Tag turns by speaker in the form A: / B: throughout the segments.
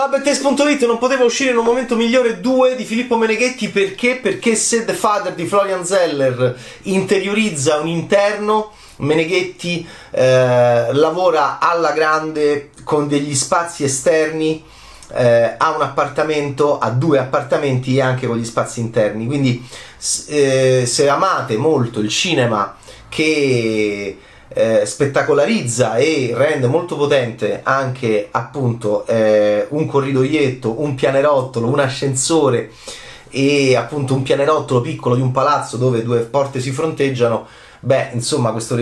A: La Bettes.it non poteva uscire in un momento migliore. 2 di Filippo Meneghetti. Perché se The Father di Florian Zeller interiorizza un interno, Meneghetti lavora alla grande con degli spazi esterni, ha un appartamento, ha 2 appartamenti e anche con gli spazi interni. Quindi se amate molto il cinema che spettacolarizza e rende molto potente anche appunto un corridoietto, un pianerottolo, un ascensore e appunto un pianerottolo piccolo di un palazzo dove 2 porte si fronteggiano, beh, insomma, questo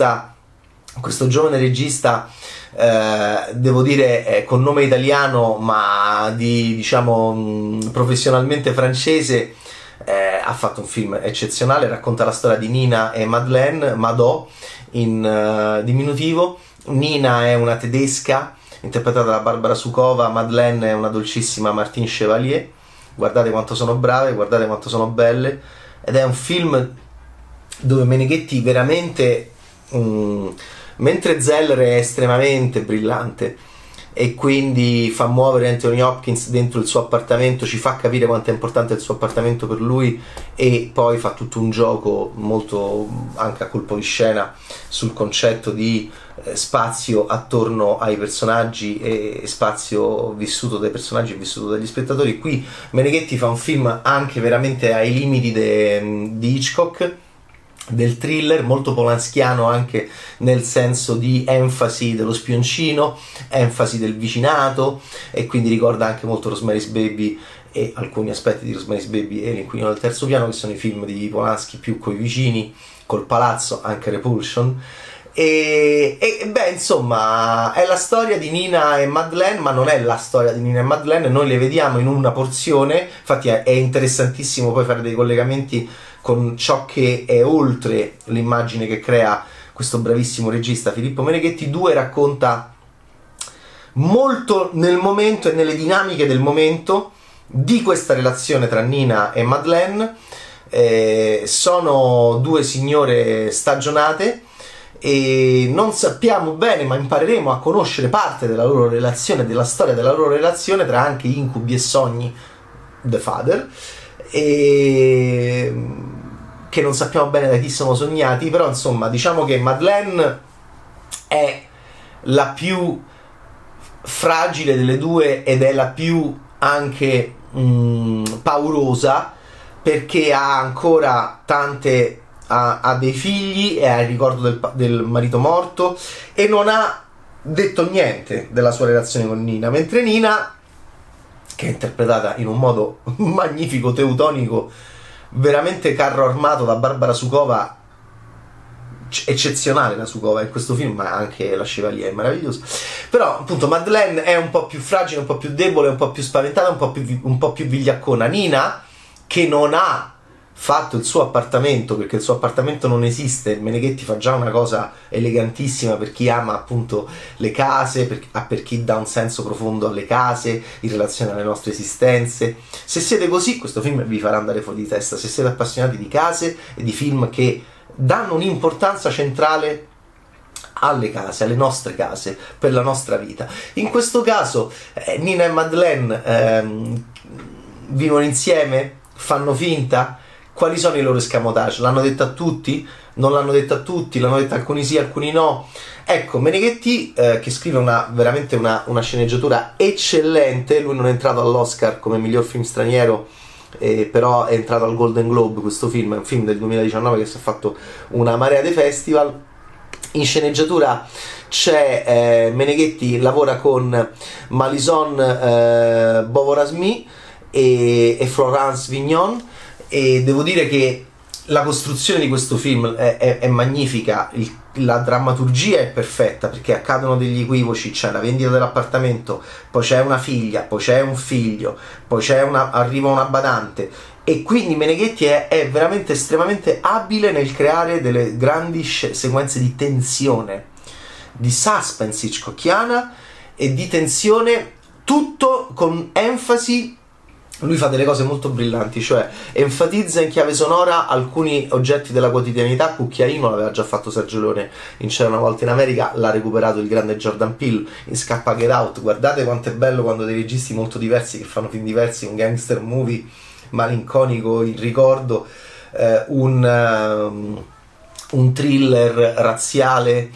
A: giovane regista, devo dire con nome italiano ma diciamo professionalmente francese, ha fatto un film eccezionale, racconta la storia di Nina e Madeleine, Mado in diminutivo. Nina è una tedesca interpretata da Barbara Suková, Madeleine è una dolcissima Martine Chevalier. Guardate quanto sono brave, guardate quanto sono belle, ed è un film dove Meneghetti veramente mentre Zeller è estremamente brillante e quindi fa muovere Anthony Hopkins dentro il suo appartamento, ci fa capire quanto è importante il suo appartamento per lui, e poi fa tutto un gioco molto anche a colpo di scena sul concetto di spazio attorno ai personaggi e spazio vissuto dai personaggi e vissuto dagli spettatori. Qui Meneghetti fa un film anche veramente ai limiti di Hitchcock, del thriller, molto polanskiano anche nel senso di enfasi dello spioncino, enfasi del vicinato, e quindi ricorda anche molto Rosemary's Baby e alcuni aspetti di Rosemary's Baby e L'inquilino del terzo piano, che sono i film di Polanski più coi vicini, col palazzo, anche Repulsion. E beh, insomma, è la storia di Nina e Madeleine, ma non è la storia di Nina e Madeleine, noi le vediamo in una porzione. Infatti è interessantissimo poi fare dei collegamenti con ciò che è oltre l'immagine che crea questo bravissimo regista Filippo Meneghetti. 2 racconta molto nel momento e nelle dinamiche del momento di questa relazione tra Nina e Madeleine. Sono 2 signore stagionate e non sappiamo bene, ma impareremo a conoscere parte della loro relazione, della storia della loro relazione, tra anche incubi e sogni, The Father, e che non sappiamo bene da chi sono sognati. Però insomma, diciamo che Madeleine è la più fragile delle 2 ed è la più anche paurosa, perché ha ancora tante ha dei figli e ha il ricordo del marito morto, e non ha detto niente della sua relazione con Nina, mentre Nina, che è interpretata in un modo magnifico, teutonico, veramente carro armato da Barbara Suková, eccezionale la Suková in questo film, ma anche la Chevalier è meravigliosa. Però appunto Madeleine è un po' più fragile, un po' più debole, un po' più spaventata, un po' più vigliaccona. Nina, che non ha fatto il suo appartamento, perché il suo appartamento non esiste. Meneghetti fa già una cosa elegantissima per chi ama appunto le case, per chi dà un senso profondo alle case in relazione alle nostre esistenze. Se siete così, questo film vi farà andare fuori di testa. Se siete appassionati di case e di film che danno un'importanza centrale alle case, alle nostre case, per la nostra vita. In questo caso Nina e Madeleine vivono insieme, fanno finta. Quali sono i loro escamotage? L'hanno detto a tutti? Non l'hanno detto a tutti? L'hanno detto alcuni sì, alcuni no? Ecco, Meneghetti che scrive veramente una sceneggiatura eccellente. Lui non è entrato all'Oscar come miglior film straniero, però è entrato al Golden Globe. Questo film è un film del 2019 che si è fatto una marea di festival. In sceneggiatura c'è Meneghetti lavora con Malison Bovorasmi e Florence Vignon, e devo dire che la costruzione di questo film è magnifica, la drammaturgia è perfetta, perché accadono degli equivoci. C'è la vendita dell'appartamento, poi c'è una figlia, poi c'è un figlio, poi arriva una badante, e quindi Meneghetti è veramente estremamente abile nel creare delle grandi sequenze di tensione, di suspense hitchcockiana e di tensione, tutto con enfasi lui fa delle cose molto brillanti, cioè enfatizza in chiave sonora alcuni oggetti della quotidianità. Cucchiaino l'aveva già fatto Sergio Leone in C'era una volta in America, l'ha recuperato il grande Jordan Peele in Scappa Get Out. Guardate quanto è bello quando dei registi molto diversi che fanno film diversi, un gangster movie malinconico in ricordo, un thriller razziale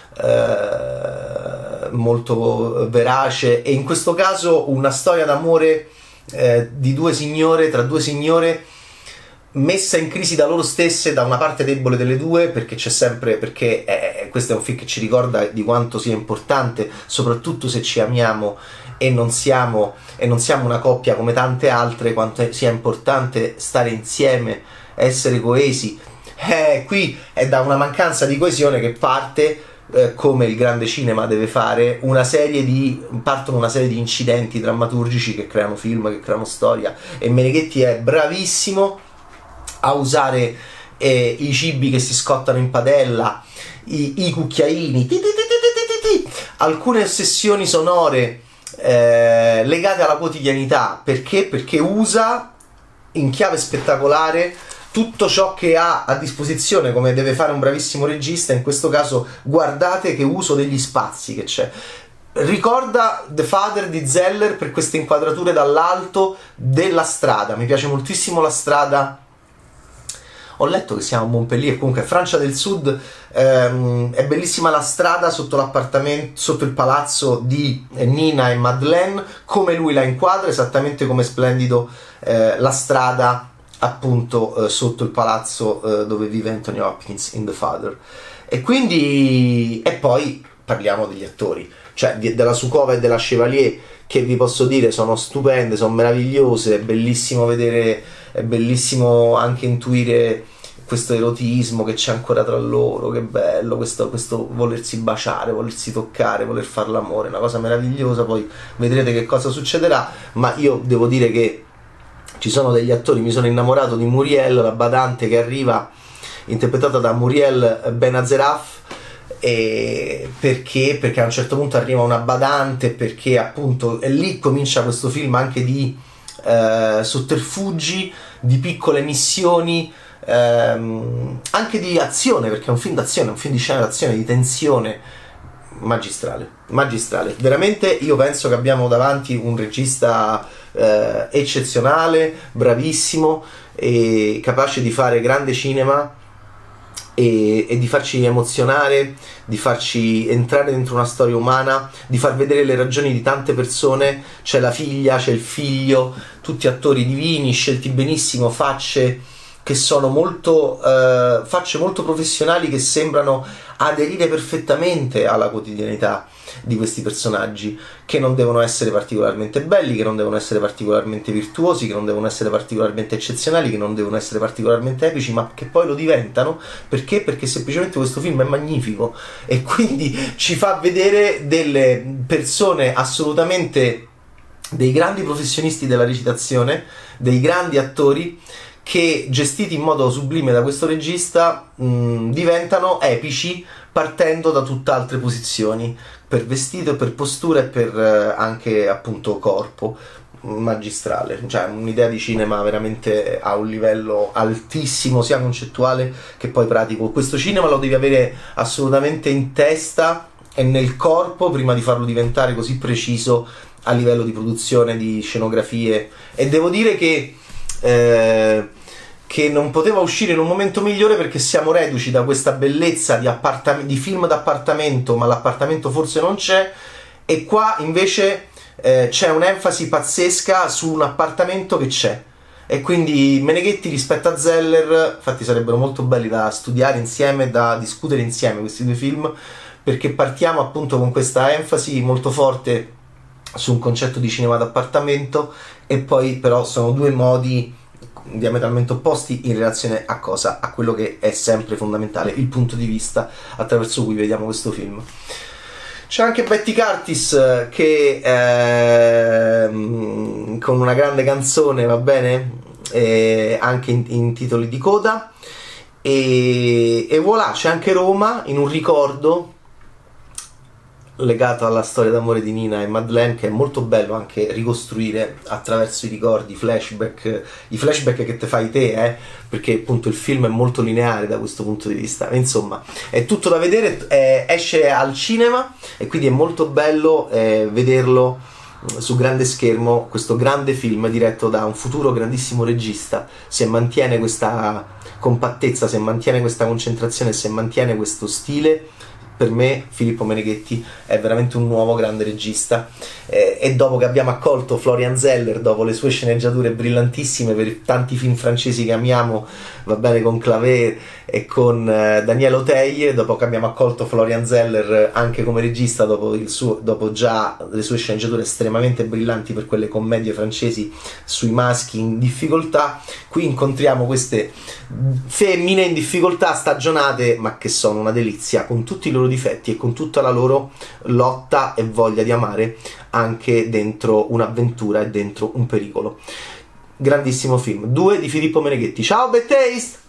A: molto verace, e in questo caso una storia d'amore di due signore, tra due signore messa in crisi da loro stesse, da una parte debole delle due, perché c'è sempre, perché questo è un film che ci ricorda di quanto sia importante, soprattutto se ci amiamo e non siamo una coppia come tante altre, quanto sia importante stare insieme, essere coesi. Qui è da una mancanza di coesione che parte, come il grande cinema deve fare, partono una serie di incidenti drammaturgici che creano film, che creano storia, e Meneghetti è bravissimo a usare i cibi che si scottano in padella, i cucchiaini, alcune ossessioni sonore legate alla quotidianità. Perché usa in chiave spettacolare tutto ciò che ha a disposizione, come deve fare un bravissimo regista. In questo caso guardate che uso degli spazi che c'è. Ricorda The Father di Zeller per queste inquadrature dall'alto della strada. Mi piace moltissimo la strada, ho letto che siamo a Montpellier, comunque Francia del Sud. È bellissima la strada sotto l'appartamento, sotto il palazzo di Nina e Madeleine, come lui la inquadra, esattamente come è splendido la strada appunto sotto il palazzo dove vive Anthony Hopkins in The Father. E quindi, e poi parliamo degli attori, cioè della Sukova e della Chevalier, che vi posso dire sono stupende, sono meravigliose. È bellissimo vedere, è bellissimo anche intuire questo erotismo che c'è ancora tra loro. Che bello questo volersi baciare, volersi toccare, voler far l'amore, una cosa meravigliosa. Poi vedrete che cosa succederà, ma io devo dire che ci sono degli attori. Mi sono innamorato di Muriel, la badante che arriva, interpretata da Muriel Benazeraf, perché a un certo punto arriva una badante, perché appunto e lì comincia questo film anche di sotterfugi, di piccole missioni, anche di azione, perché è un film d'azione, un film di scena d'azione, di tensione. Magistrale, veramente. Io penso che abbiamo davanti un regista eccezionale, bravissimo e capace di fare grande cinema e di farci emozionare, di farci entrare dentro una storia umana, di far vedere le ragioni di tante persone. C'è la figlia, c'è il figlio, tutti attori divini, scelti benissimo, facce che sono facce molto professionali, che sembrano aderire perfettamente alla quotidianità di questi personaggi, che non devono essere particolarmente belli, che non devono essere particolarmente virtuosi, che non devono essere particolarmente eccezionali, che non devono essere particolarmente epici, ma che poi lo diventano. Perché semplicemente questo film è magnifico, e quindi ci fa vedere delle persone assolutamente, dei grandi professionisti della recitazione, dei grandi attori che, gestiti in modo sublime da questo regista, diventano epici partendo da tutt'altre posizioni, per vestito, per postura e per anche appunto corpo. Magistrale, cioè un'idea di cinema veramente a un livello altissimo, sia concettuale che poi pratico. Questo cinema lo devi avere assolutamente in testa e nel corpo prima di farlo diventare così preciso a livello di produzione, di scenografie. E devo dire che non poteva uscire in un momento migliore, perché siamo reduci da questa bellezza di film d'appartamento, ma l'appartamento forse non c'è, e qua invece c'è un'enfasi pazzesca su un appartamento che c'è. E quindi Meneghetti rispetto a Zeller, infatti sarebbero molto belli da studiare insieme, da discutere insieme questi due film, perché partiamo appunto con questa enfasi molto forte su un concetto di cinema d'appartamento, e poi però sono due modi diametralmente opposti in relazione a cosa? A quello che è sempre fondamentale, il punto di vista attraverso cui vediamo questo film. C'è anche Betty Curtis che con una grande canzone, va bene, anche in titoli di coda, e voilà, c'è anche Roma in un ricordo legato alla storia d'amore di Nina e Madeleine, che è molto bello anche ricostruire attraverso i ricordi, i flashback che te fai te, perché appunto il film è molto lineare da questo punto di vista. Insomma, è tutto da vedere, esce al cinema e quindi è molto bello vederlo su grande schermo, questo grande film diretto da un futuro grandissimo regista. Se mantiene questa compattezza, se mantiene questa concentrazione, se mantiene questo stile, per me Filippo Meneghetti è veramente un nuovo grande regista, e dopo che abbiamo accolto Florian Zeller, dopo le sue sceneggiature brillantissime per tanti film francesi che amiamo, va bene, con Clavé e con Daniel Auteuil, dopo che abbiamo accolto Florian Zeller anche come regista, dopo già le sue sceneggiature estremamente brillanti per quelle commedie francesi sui maschi in difficoltà, qui incontriamo queste femmine in difficoltà stagionate ma che sono una delizia, con tutti i loro difetti e con tutta la loro lotta e voglia di amare anche dentro un'avventura e dentro un pericolo. Grandissimo film. 2 di Filippo Meneghetti. Ciao Bad Taste!